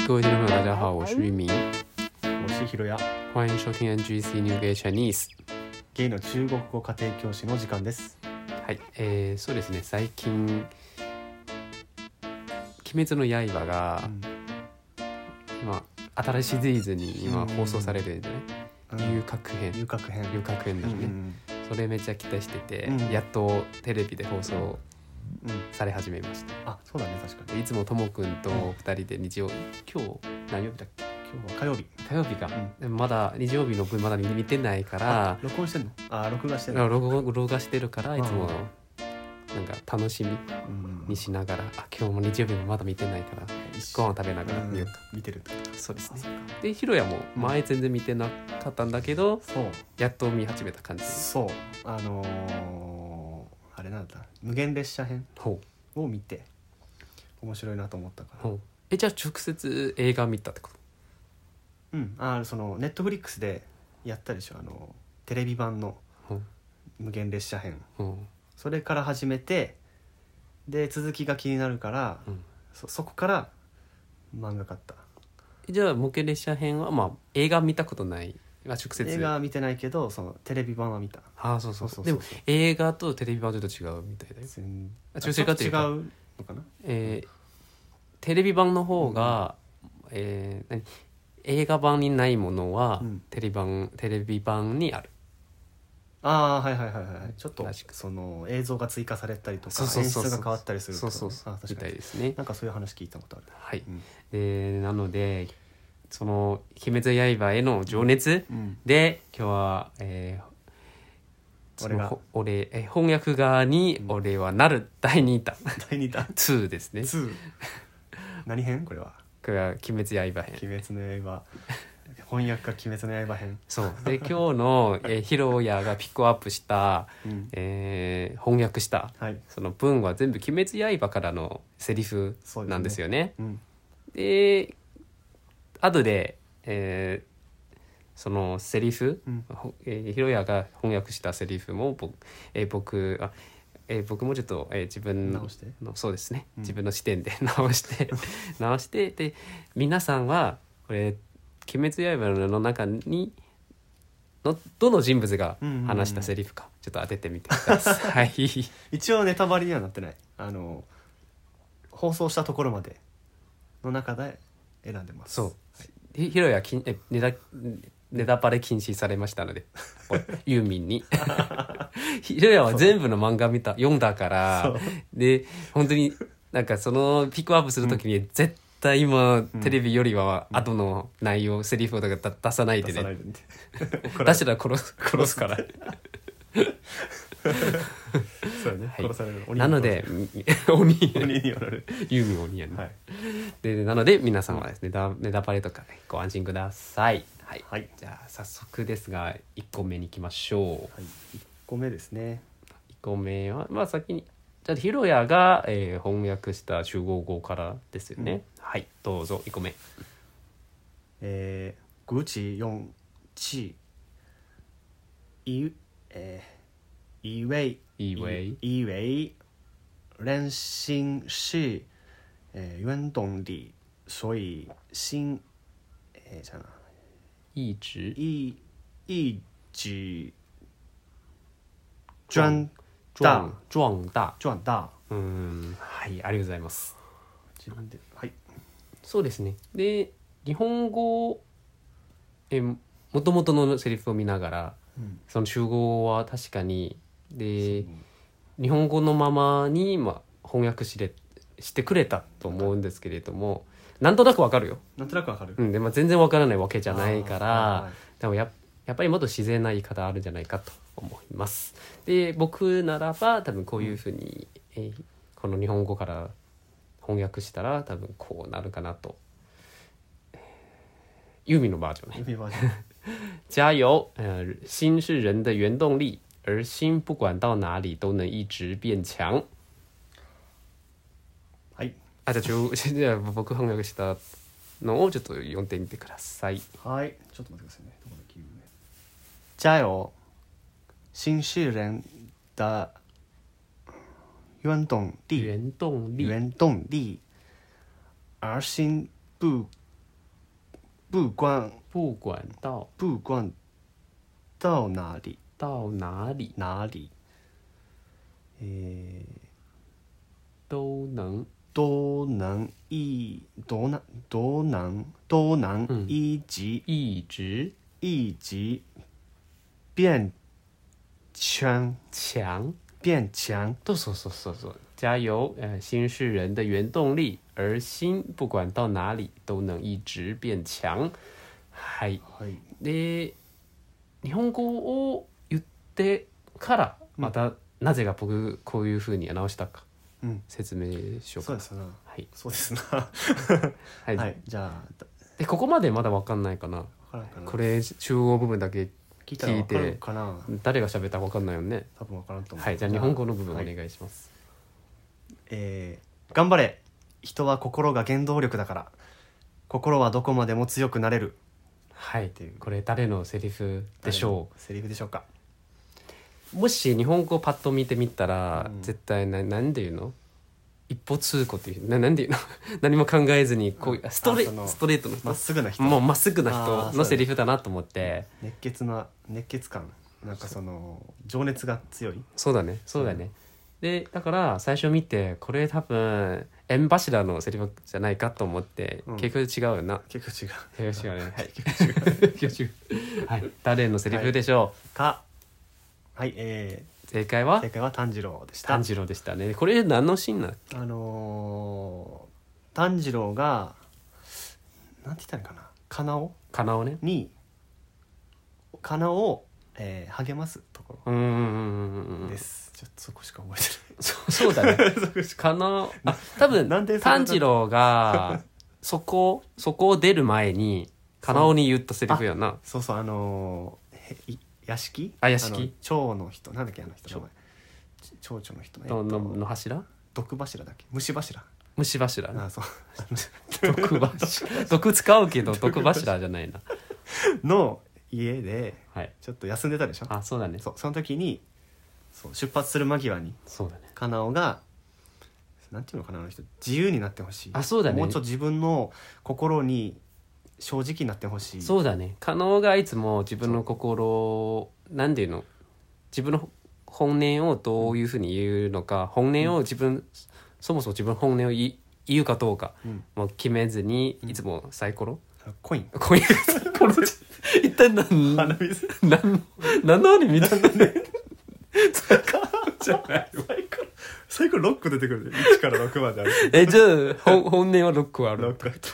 各位听众朋友，大家好，我是玉明， 我是ひろや。 欢迎收听 NGC New Gay Chinese。 ゲイの中国語家庭教師の時間です。 はい、そうですね。最近鬼滅の刃が、今新しいシリーズに今放送されるんでね。遊郭編だね、それめっちゃ期待してて、やっとテレビで放送され始めました。 あ、そうだね、確かに。 いつもともくんと2人で日曜日、今日何曜日だっけ？ 今日は火曜日か、でもまだ日曜日の分まだ見てないから録音してんの？録画してるの？ 録画してるからいつもなんか楽しみにしながら、今日も日曜日もまだ見てないからご飯食べながら見ようか、 見てるってこと？ そうですね。でひろやも前全然見てなかったんだけど、やっと見始めた感じ。 そう、あれなんだ、無限列車編を見て面白いなと思ったから。 じゃあ直接映画見たってこと？ そのネットフリックスでやったでしょ、テレビ版の無限列車編、それから始めて、で続きが気になるから、そこから漫画買った。 じゃあ無限列車編は映画見たことない、直接映画は見てないけど、そのテレビ版は見た。 そう。でも映画とテレビ版はちょっと違うみたいだよ。 ちょっと違うのかな。 テレビ版の方が、映画版にないものは、テレビ版にある。 はい。ちょっとその映像が追加されたりとか、演出が変わったりすると。 そうみたいですね。 なんかそういう話聞いたことある。 はい。でなのでその鬼滅の刃への情熱で、今日は、翻訳側に俺はなる第2弾2ですね。 何編？これは鬼滅刃編。 鬼滅の刃翻訳家鬼滅の刃編。 そうで今日の、ひろやがピックアップした、翻訳した、その文は全部鬼滅刃からのセリフなんですよね。で後で、そのセリフ、ひろやが翻訳したセリフも僕もちょっと、自分のそうですね、自分の視点で直してで皆さんはこれ鬼滅刃の中にどの人物が話したセリフかちょっと当ててみてください。 一応ネタバレにはなってない。放送したところまでの中で選んでます。 そう、ひろやネタバレ禁止されましたのでユーミンにひろやは全部の漫画読んだから、で本当になんかそのピックアップするときに絶対今、テレビよりは後の内容、セリフとか出さないでね。出したら殺すからそうね、殺される。 なので鬼にやられる。 ユーミン鬼やね。でなので皆さんはですね、ネタバレとかご安心ください。じゃあ早速ですが1個目に行きましょう。 1個目ですね。 1個目は先にじゃあひろやが、翻訳した中国語からですよね。どうぞ1個目。 古语用气以为人心是原动力，所以心意志壮大。 ありがとうございます。 自分でそうですね。で日本語もともとのセリフを見ながら、その中国語は確かにで日本語のままに、翻訳してくれたと思うんですけれども、なんとなくわかるよ。 なんとなくわかる。 で全然わからないわけじゃないから、でもやっぱりもっと自然な言い方あるんじゃないかと思います。で僕ならば多分こういうふうに、この日本語から翻訳したら多分こうなるかなと。ユーミンのバージョンね。加油！心是人的原动力，而心不管到哪里都能一直变強。じゃあ僕翻訳したのをちょっと読んでみてください。 ちょっと待ってくださいね。加油！心是人的原动力，而心不不管不管到不管到哪里到哪里哪里， 都能都能一直一直一直变强变强。 そうそうそうそう。加油！心是人的原动力，而心不管到哪里都能一直变強。はい。 はい。 で、日本語を言ってからまたなぜか僕こういう風に直したか、説明しようか。 そうですな。 はい。 そうですな。 はい。 はい。じゃあでここまでまだ分かんないかな。これ中央部分だけ聞いてかな。 誰が喋ったか分かんないよね。 多分分からんと思う。 はい。じゃあ日本語の部分お願いします。 頑張れ。人は心が原動力だから。心はどこまでも強くなれる。 はい。これ誰のセリフでしょう。 セリフでしょうか。 もし日本語をパッと見てみたら、絶対なんで言うの？一歩通行っていうなんで言うの？何も考えずにこういうストレートのまっすぐな人、 もうまっすぐな人のセリフだなと思って、 熱血感、なんかその情熱が強い。 そうだね。でだから最初見てこれ多分縁柱のセリフじゃないかと思って、結局違うよな。 結構違うね。はい。結局違う。はい。誰のセリフでしょうか。 はい。 正解は炭治郎でした。 炭治郎でしたね。これ何のシーンなの？炭治郎がなんて言ったらいいかな、カナオねにカナオを、励ますところです。ちょっとそこしか覚えてない。 そうだね。カナオ多分炭治郎がそこを出る前にカナオに言ったセリフやな。 そう屋敷蝶の人なんだっけ、あの人の名前、蝶々の人の柱毒柱だっけ、虫柱あそう毒使うけど毒柱じゃないなの家でちょっと休んでたでしょ。 あ、そうだね。 その時に出発する間際にカナオがなんていうのかな、あの人自由になってほしい。 あ、そうだね。 もうちょっと自分の心に正直になってほしい。 そうだね。カナオがいつも自分の心なんていうの、自分の本音をどういうふうに言うのか、本音をそもそも自分の本音を言うかどうか、もう決めずにいつもサイコロ、 コイン一体何のアニメ見たんだね。 じゃないサイコロ6個出てくる。1から6まである。 じゃあ本音は6個ある。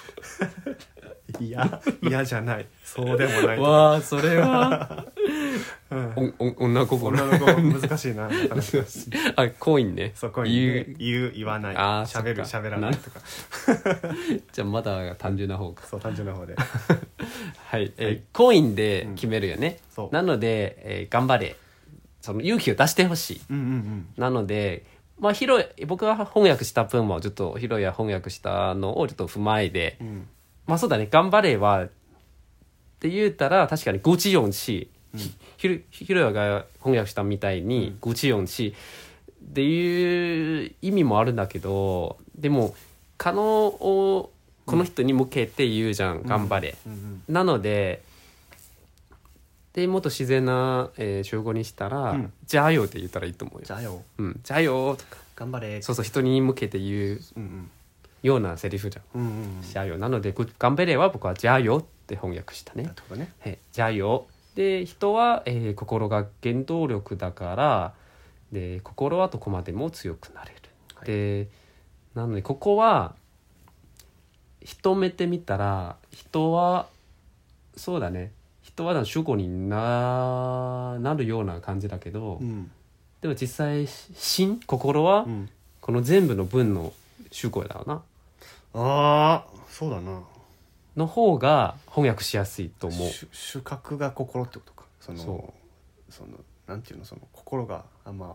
嫌じゃない。そうでもない。 わあ、それは女の子難しいな。 あ、コインね。 そう、コイン言わない、喋らないとか。 じゃあまだ単純な方か。 そう、単純な方ではい、コインで決めるよね。なので、頑張れ、その勇気を出してほしい。なのでまあ僕が翻訳した分もちょっとヒロヤ翻訳したのをちょっと踏まえて、まあそうだね、頑張れはって言ったら確かに鼓起勇气、ヒロヤが翻訳したみたいに鼓起勇气っていう意味もあるんだけど、でも可能をこの人に向けて言うじゃん、頑張れ、なのでもっと自然な、集合にしたら、じゃあよって言ったらいいと思うよ。じゃあよとか頑張れ、 そう人に向けて言う、ようなセリフじゃん。じゃあよ。なので頑張れは僕はじゃあよって翻訳したね。じゃあよで、人は、心が原動力だから、で心はどこまでも強くなれる、でなのでここは一目で見たら人はそうだね、人は主語になるような感じだけど、でも実際心はこの全部の文の主語だな。 ああ、そうだな。 の方が翻訳しやすいと思う。 主格が心ってことか。そのなんていうの、その心が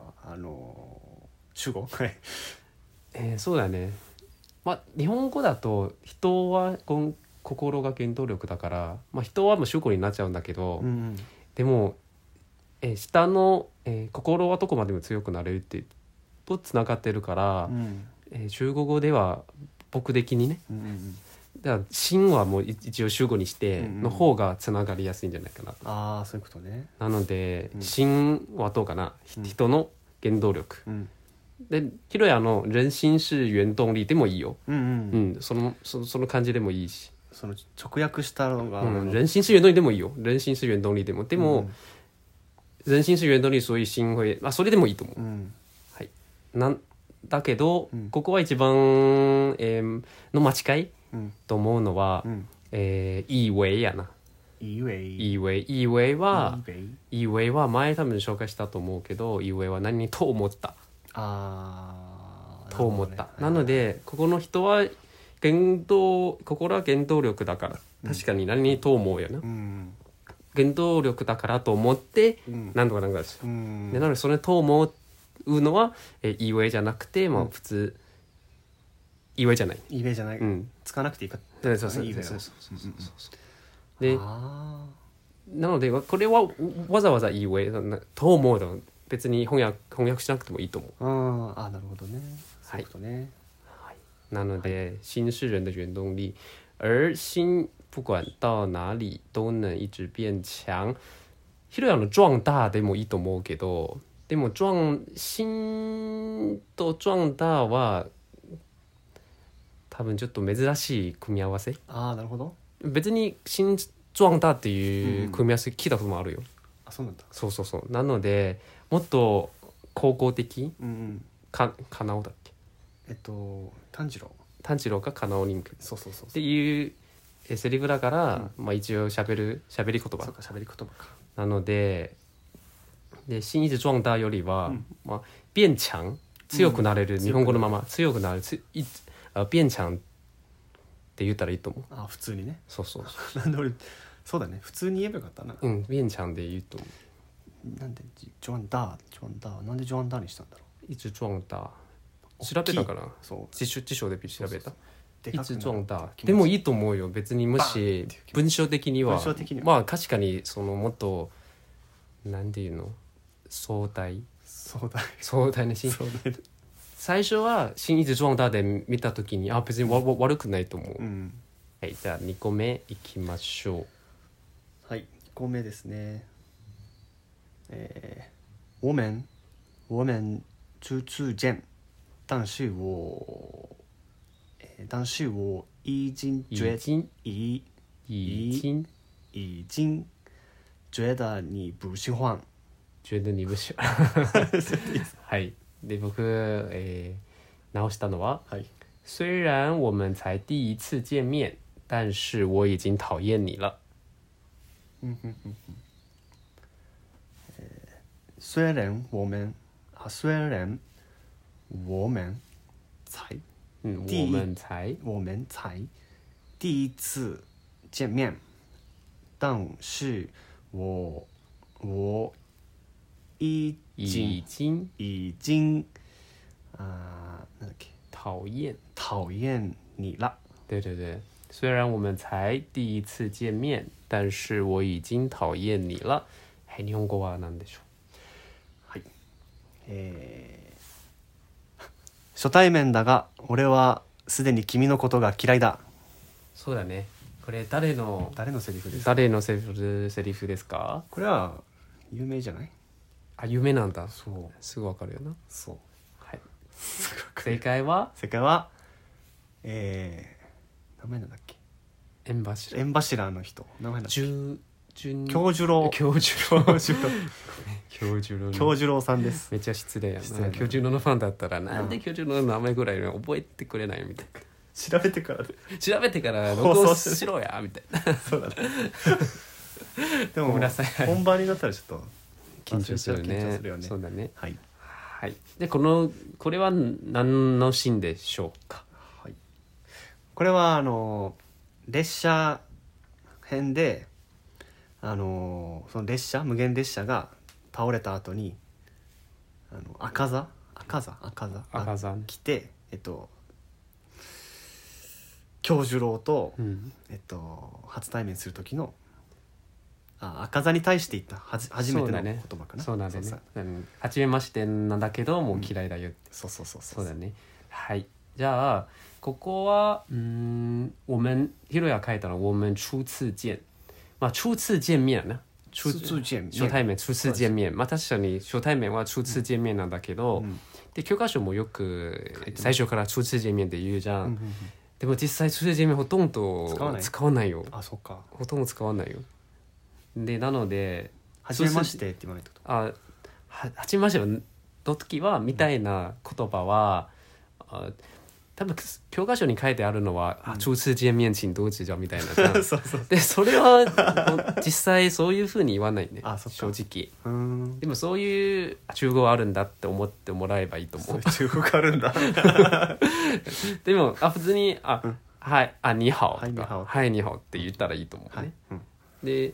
主語そうだね。まあ日本語だと人は心が原動力だから、まあ、人はもう主語になっちゃうんだけど、でも、下の、心はどこまでも強くなれるってとつながってるから、中国語では僕的にね、 だから神はもう一応主語にしての方がつながりやすいんじゃないかなと、 ああそういうことね。 なので神はどうかな、人の原動力、でヒロヤの人心是原動力でもいいよ、その感じでもいいし、 その直訳したのが、 人心是原動力でもいいよ、人心是原動力でも、でも、人心是原動力所以心会、それでもいいと思う、はい、なんだけど、ここは一番、の間違い、と思うのは、以為やな。以為は前多分紹介したと思うけど、以為は何と思った。と思った。なので、ここの人はここら原動力だから、確かに何と思うよな。原動力だからと思って、なんとかなんかですよ。でなので、それと思うのは、以為じゃなくて、普通、以為じゃない。 以為じゃない。使わなくていいか。 そうで、なのでこれはわざわざ以為と思うと別に翻訳しなくてもいいと思う。 なるほどね。そういうことね。 はい。なので、心是人的原动力，而心不管到哪里都能一直变强。ヒロヤの壮大でもいいと思うけど、でも心と壮大は多分ちょっと珍しい組み合わせ。 なるほど。 別に心壮大っていう組み合わせ聞いたこともあるよ。 そうなんだ。 そうなのでもっと高校的、かなおだっけ、 炭治郎がかなお人そうっていうセリフだから、一応しゃべり言葉。 そうか、しゃべり言葉か。 なので心一直壮大よりは、变強、強くなれる、日本語のまま強くなる、变強って言ったらいいと思う。 普通にね。 そうなんで俺そうだね、普通に言えばよかったな。 变強で言うと思う。なんでジョンダーなんでジョンダーにしたんだろう。一直壮大調べたかな。辞書で調べた。一直壮大でもいいと思うよ。別にもし文章的には確かにそのもっとなんていうの、壮大なシーン。最初は心一直壮大で見たときに別に悪くないと思う。はい、じゃあ2個目いきましょう。 はい、2個目ですね。我们初次见，但是我已经觉得你不喜欢。 はい。で僕、直したのは、虽然我们才第一次见面，但是我已经讨厌你了。 虽然我们才第一次见面，但是我已经なんだっけ、 讨厌你了。 对，虽然我们才第一次见面，但是我已经讨厌你了。はい、日本語は何でしょう。はい。初対面だが俺はすでに君のことが嫌いだ。 そうだね。これ誰のセリフですか？誰のセリフですか？ これは有名じゃない？ 有名なんだ。 そう。 すぐわかるよな。 そう。 はい。正解は名前なんだっけ？エンバシラーの人。名前なんだっけ？京次郎さんです。 めっちゃ失礼やな。京次郎のファンだったらなんで京次郎の名前ぐらい覚えてくれないみたいな。 調べてから録音しろやみたいな。 そうだね。でも本番になったらちょっと緊張するね。そうだね。はい。でこれは何のシーンでしょうか？ はい。これは列車編でその無限列車が倒れた後に赤座が来て京次郎と、初対面する時の赤座に対して言った初めての言葉かな。 そうなんだね。初めましてなんだけどもう嫌いだよって。 そうだね。はい。 じゃあここは我们ヒロヤ書いたの我们初次見、まあ初次見面ね。 初次見面。 初対面、初次見面。まあ確かに初対面は初次見面なんだけど、で教科書もよく最初から初次見面って言うじゃん。でも実際初次見面ほとんど使わないよ。 あ、そっか。 ほとんど使わないよ。でなので初めましてって言わないってこと。 あ、初めましての時はみたいな言葉は、多分教科書に書いてあるのは、初次見面请多指教みたいなじゃん。 そうそう。 でそれは実際そういう風に言わないね。正直。でもそういう中国あるんだって思ってもらえばいいと思う。 中国あるんだ。 でも普通にはい、你好はい你好、 はい你好って言ったらいいと思うね。で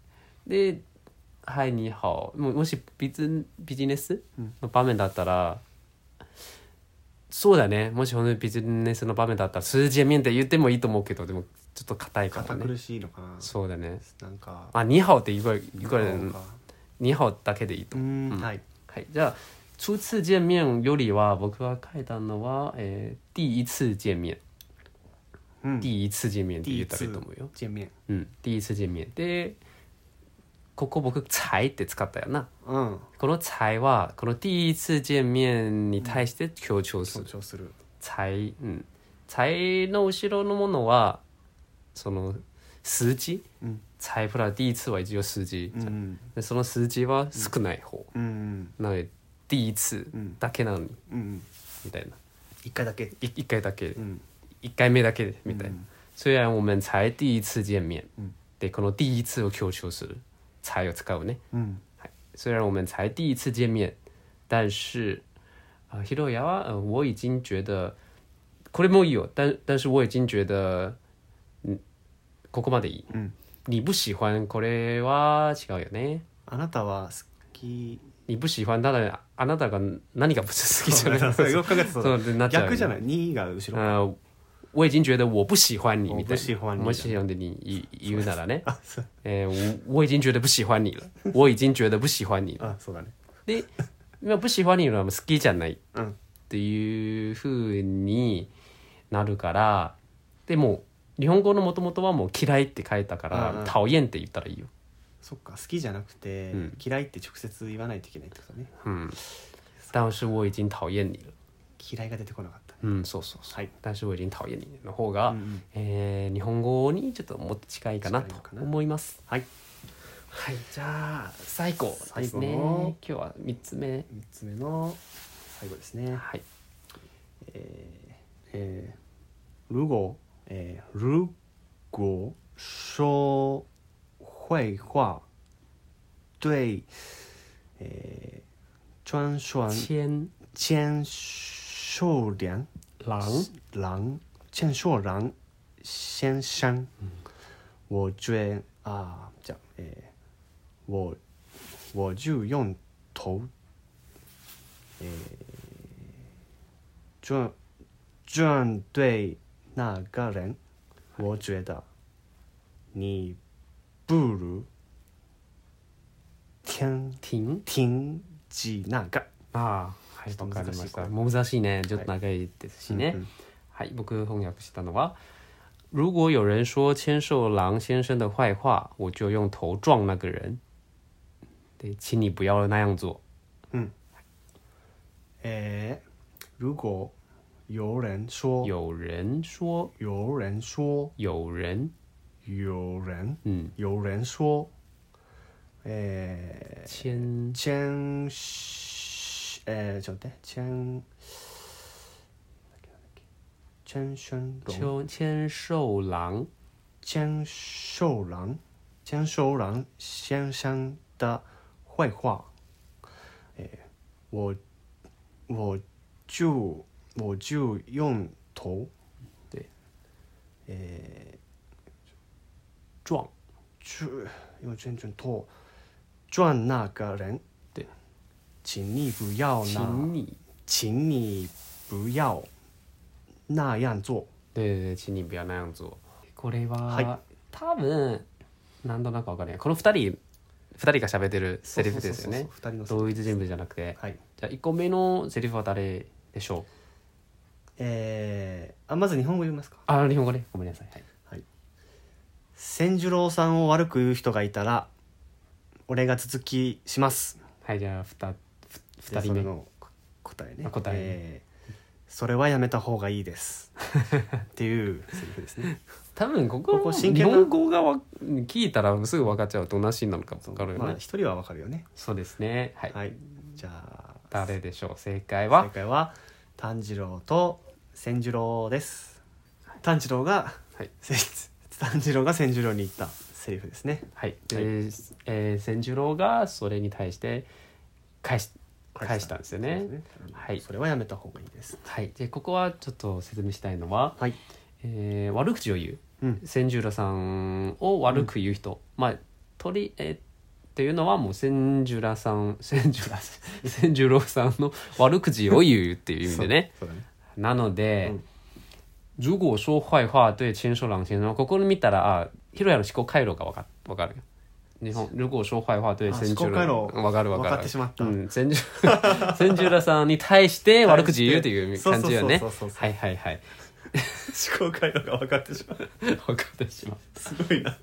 はい你好、もしビジネスの場面だったら、そうだね、もし本当にビジネスの場面だったら数字面って言ってもいいと思うけど、でもちょっと硬いからね。 堅苦しいのかな。 そうだね。 なんか你好って言われる你好だけでいいと思う。 はい、 はい、じゃあ初次見面よりは僕が書いたのは、第一次見面、第一次見面って言ったらいいと思うよ。 見面、 第一次見面で、ここ僕才って使ったよな。この才はこの第一次見面に対して強調する。才、才の後ろのものはその数字、才プラ第一次は一応数字、でその数字は少ない方、なので第一だけなのに、みたいな。 一回だけ、 一回だけ、一回目だけみたいな。虽然我们才第一次見面、でこの第一次を強調する才を使うね。虽然我们才第一次見面，但是ヒロヤは我已经觉得これもいいよ。但是我已经觉得ここまでいい。你不喜欢これは違うよね。 あなたは好き。 你不喜欢ただあなたが何が好きじゃない。 よく考えてそう。逆じゃない。にが後ろ。 我已经觉得我不喜欢你みたいな。 不喜欢你。 もし読んでに言うならね。我已经觉得不喜欢你了。我已经觉得不喜欢你了。 そうだね。 で、今不喜欢你は好きじゃないっていう風になるから、でも日本語の元々はもう嫌いって書いたから討厭って言ったらいいよ。 そっか、好きじゃなくて、嫌いって直接言わないといけないってことね。 但是我已经討厭你了。 嫌いが出てこなかった。 そうそうそう。但是我已经討厭你の方が、日本語にちょっともっと近いかなと思います。はい。はい、じゃあ最後ですね。今日は3つ目の最後ですね。 はい。 如果说坏话对专选千寿郎先生，我觉这样我就用头转对那个人，我觉得你不如停止那个。 はい、わかりました。難しいね。ちょっと長いですしね。はい、僕翻訳したのは。如果有人说千寿郎先生的坏话，我就用头撞那个人。对，请你不要那样做。 如果有人说千寿郎先生的坏话，我就用头撞那个人。对，请你不要那样做。 对、请你不要那样做。これは、多分なんとなくわかるね。この2人が喋ってるセリフですよね。同一人物じゃなくて。じゃあ1個目のセリフは誰でしょう。 まず日本語読みますか。 日本語ね、ごめんなさい。はい、 はい、千十郎さんを悪く言う人がいたら俺が続きします。 はい、じゃあ2人目の答えね。 答え、 それはやめた方がいいですっていうセリフですね。 多分ここ日本語が聞いたらすぐ分かっちゃうと同じなのか分かるよね。 一人は分かるよね。 そうですね。はい、 はい、じゃあ誰でしょう。正解は炭治郎と千十郎です。炭治郎が、はい、炭治郎が千十郎に言ったセリフですね。 はい。で、千十郎がそれに対して返したんですよね。 はい。それはやめた方がいいです。 はい。でここはちょっと説明したいのは、 はい、 悪口を言う、千十郎さんを悪く言う人、まあっていうのはもう千十郎さんの悪口を言うっていう意味でね。 そうだね。 なので、如果说坏話对千寿郎先生、ここに見たらひろやの思考回路が分かるよ。日本如果说坏話对千寿郎分かる分かってしまった。 千十郎さんに対して悪口言うっていう感じよね。はいはいはい。 思考回路が分かってしまう。 分かってしまう。 すごいな。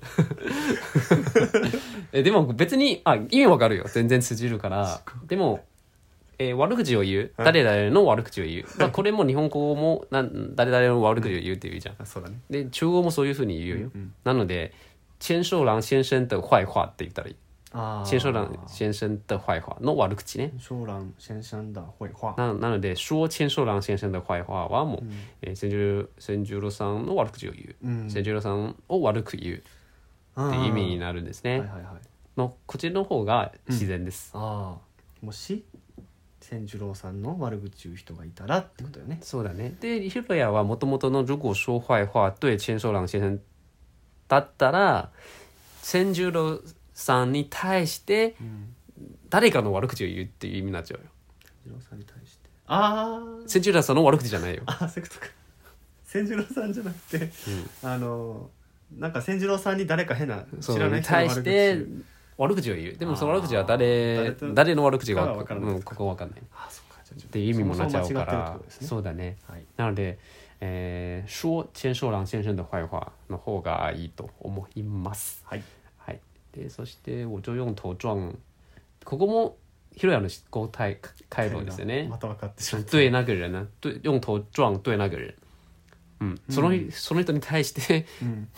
でも別に意味分かるよ。全然通じるから。でも悪口を言う、誰々の悪口を言う、これも日本語も誰々の悪口を言うっていうじゃん。 そうだね。 で中国もそういうふうに言うよ。なので千寿郎先生的坏話って言ったらいい。千寿郎先生的坏話の悪口ね。 千寿郎先生的坏話。 なので说千寿郎先生的坏話はもう、千十郎さんの悪口を言う、千十郎さんを悪く言うっていう意味になるんですね。のこっちの方が自然です。 もし千十郎さんの悪口言う人がいたらってことよね。 そうだね。でヒロヤはもともとの如果说坏話对千寿郎先生だったら千十郎さんに対して誰かの悪口を言うっていう意味になっちゃうよ。 千十郎さんに対して千十郎さんの悪口じゃないよ。 そういうことか。千十郎さんじゃなくて、なんか千十郎さんに誰か変な知らない人の悪口に対して悪口を言う。でもその悪口は誰の悪口がここ分かんないっていう意味もなっちゃうから。そうだね。なので说千寿郎先生的坏話の方がいいと思います。はい。はい。でそして我就用頭撞、ここもヒロヤの思考回路ですよね。 また分かってしまった。 对那个人呢、对用頭撞对那个人。その人に対して。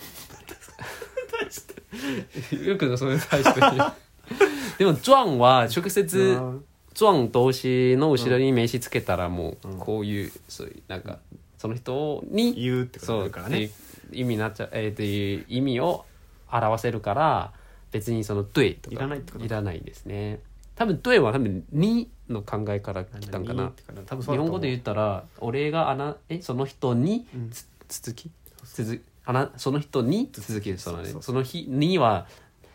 よくそれに対してでも撞は直接撞動詞の後ろに名詞つけたらもうこういう、そういうなんかその人に言うってことだからね。 意味になっちゃう、っていう意味を表せるから別にその对とかいらないですね。多分对は多分にの考えから来たんかな。日本語で言ったら俺がその人にその人に続きその日には、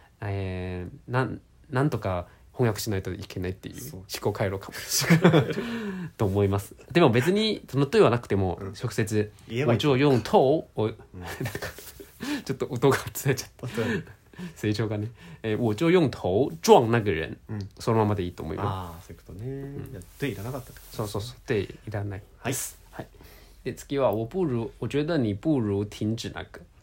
なんとか翻訳しないといけないっていう思考回路かもしれないと思います。でも別にそのとはなくても直接我就用頭をちょっと音がずれちゃった成長がね、我就用頭撞那个人、そのままでいいと思います。 そういうことね。对いらなかったってこと。 そう对いらないです。はい。で次は我觉得你不如停止那个。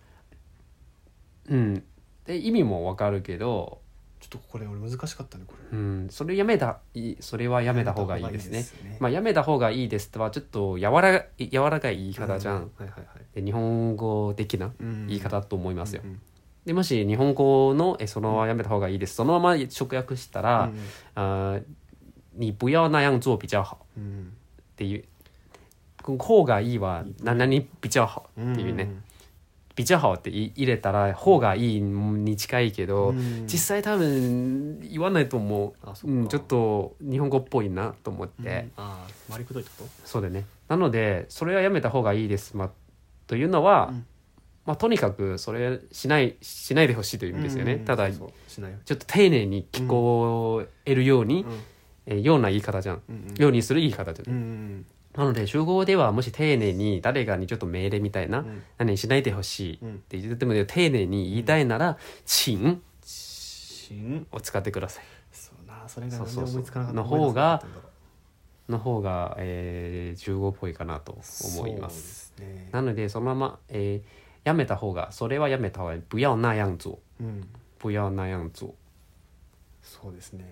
で意味もわかるけどちょっとこれ俺難しかったねこれ。それはやめた方がいいですね。やめた方がいいですとはちょっと柔らかい言い方じゃん。で日本語的な言い方だと思いますよ。でもし日本語のそのままやめた方がいいですそのまま直訳したら、你不要那样做比較好っていう方がいいは何比較好っていうね。比較好って入れたら方がいいに近いけど、実際多分言わないと思う。ちょっと日本語っぽいなと思って。 回りくどいってこと？ そうだね。なのでそれはやめた方がいいです、というのは、とにかくそれしないでほしいという意味ですよね。ただちょっと丁寧に聞こえるように、ような言い方じゃん。ようにする言い方じゃん。なので中国語ではもし丁寧に誰かにちょっと命令みたいな、何しないでほしいって言っても丁寧に言いたいなら請を使ってください。 そうな、それが思いつかなかった。 の方がの方が、15っぽいかなと思います。 そうですね。 なのでそのまま、やめた方が、それはやめた方がいい。不要那样做。不要那样做。 そうですね。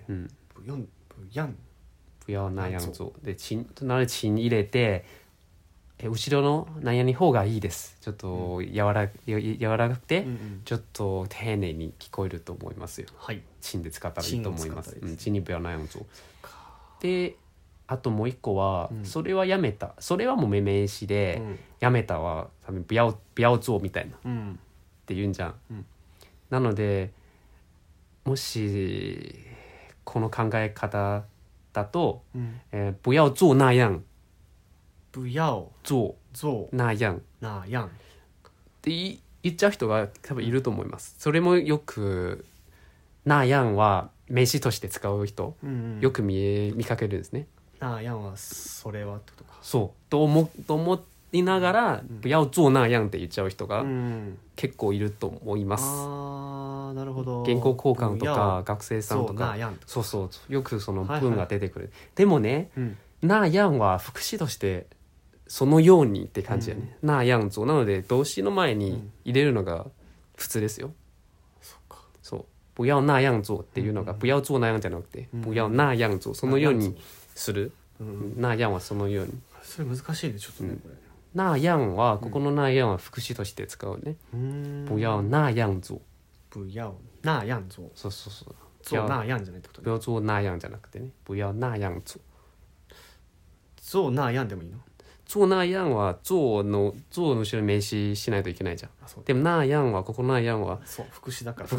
不要那样做。で、なのでチン入れて、後ろのなんやに方がいいです。ちょっと柔らかくて、ちょっと丁寧に聞こえると思いますよ。 はい。 チンで使ったらいいと思います。チンに不要那样做。で、あともう一個は、それはやめた。それはもう名詞で、やめたは多分不要做みたいな、って言うんじゃん。なので、もしこの考え方だと、不要做那样。 不要做那样って言っちゃう人が多分いると思います。それもよく那样は名詞として使う人、よく見かけるんですね。 那样はそれはってことか。 そうと思いながら、不要做那样って言っちゃう人が結構いると思います。 ああ、なるほど。 原稿交換とか学生さんとか、そうよくその文が出てくる。でもね、那样は副詞としてそのようにって感じだね。那样做なので動詞の前に入れるのが普通ですよ。そう。不要那样做っていうのが、不要做那样じゃなくて、不要那样做、そのようにする。那样はそのように。 それ難しいね、ちょっとね、これ。 那样は、ここの那样は副詞として使うね。不要那样做。 不要那样做。 そうそうそう。 做那样じゃないってことね。 不要做那样じゃなくてね。不要那样做。 做那样でもいいの？ 做那样は做の後ろに名詞しないといけないじゃん。でも那样はここ那样は副詞だから、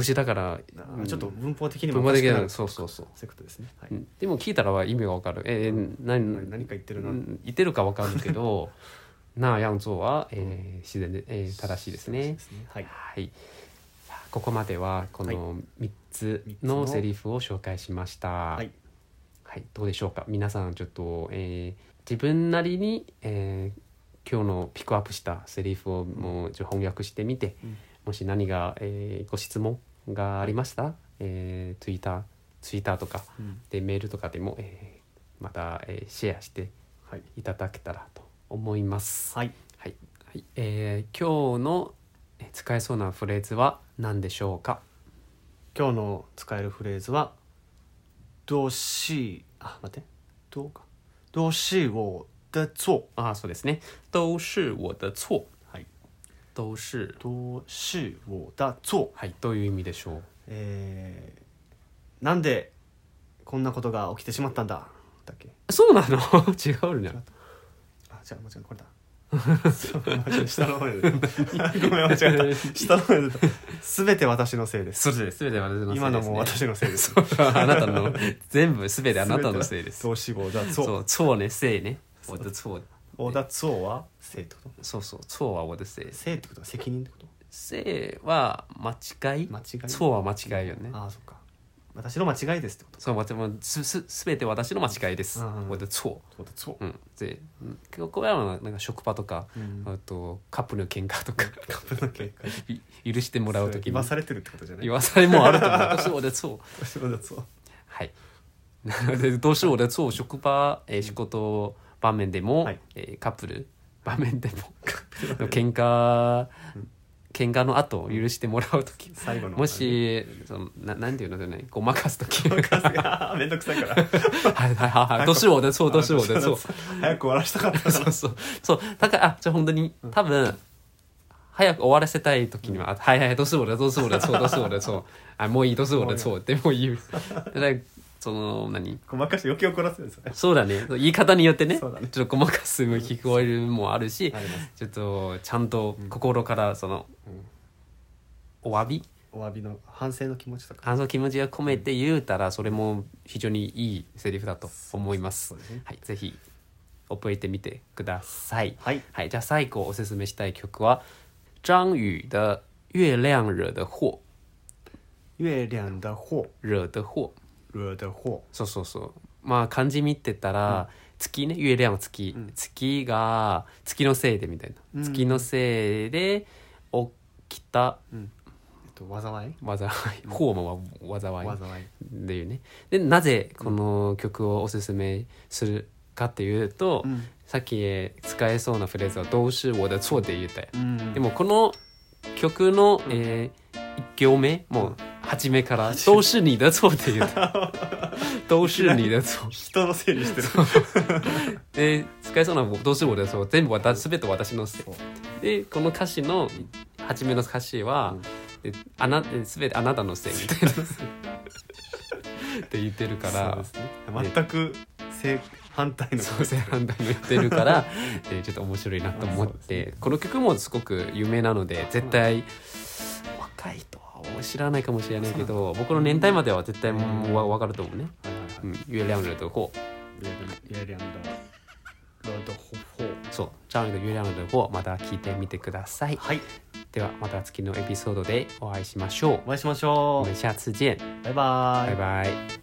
ちょっと文法的にも文法的な、そういうことですね。 でも聞いたら意味がわかる。 何か言ってるな。 言ってるかわかるけど、那样做は自然で正しいですね。はい。ここまではこの3つのセリフを紹介しました。はい。どうでしょうか。皆さんちょっと自分なりに、今日のピックアップしたセリフをもう翻訳してみて、もし何が、ご質問がありましたら、ツイッターとか、でメールとかでも、また、シェアしていただけたらと思います。今日の使えそうなフレーズは何でしょうか。 今日の使えるフレーズはどうし都是我的错。 そうですね。都是我的错。都是我的错。 どういう意味でしょう。 なんでこんなことが起きてしまったんだだっけ。 そうなの？違うね。 じゃあ間違えた、これだ。下の方に出た。ごめん、間違えた。下の方に出た。すべて私のせいです。 そうです。すべて私のせいです、ね。 今のも私のせいです。 あなたの全部すべてあなたのせいです。 動詞語だ。そう。 错ね、せいね。我的错。 我的错はせいってこと？ そうそう。错は我的せい。 せいってことは責任ってこと？ せいは間違い。錯は間違いよね。 そっか。私の間違いですってこと。 そう、すべて私の間違いです。我的错。で、これはなんか職場とか、あとカップルの喧嘩とか、許してもらうときに言わされてるってことじゃない？ 言わされもあると思う。都是我的错。はい。都是我的错。職場、仕事場面でも、カップル場面でも喧嘩の後許してもらうとき、もしなんていうのだね、ごまかすとき、めんどくさいから。都是我的错。都是我的错。 早く終わらせたかったから。 そうだからじゃあ本当に多分早く終わらせたいときには、都是我的错。都是我的错。もういい、都是我的错ってもう言う。そのごまかして余計怒らせるんですよね。 そうだね。言い方によってね、ちょっとごまかすも聞こえるもあるし、ちょっとちゃんと心からその、お詫びの反省の気持ちとか、 が込めて言うたら、それも非常にいいセリフだと思います。ぜひ覚えてみてください。じゃあ最後おすすめしたい曲は張宇的月亮惹的祸。 惹的祸。 そう。まあ漢字見てたら、月ね、月亮月、月が月のせいでみたいな、月のせいで起きた、 災い、 禍も災いでいうね。でなぜこの曲をおすすめするかっていうと、さっき使えそうなフレーズは都是我的错って言ったよ、でもこの曲の、1行目もう初めから都是你的错って言った都是你的错人のせいにしてるで使えそうな都是我的错全部全て私のせいで、この歌詞の初めの歌詞は、全てあなたのせいみたいなって言ってるから、 そうですね、全く正反対の正反対の言ってるからちょっと面白いなと思って、ね、この曲もすごく有名なので絶対若い人は知らないかもしれないけど、僕の年代までは絶対分かると思うね。月亮的火， 月亮的火。 そう、这样一个月亮的火、また聞いてみてください。 はい。 ではまた次のエピソードでお会いしましょう。 お会いしましょう。 我们下次见。 バイバイ。 バイバイ。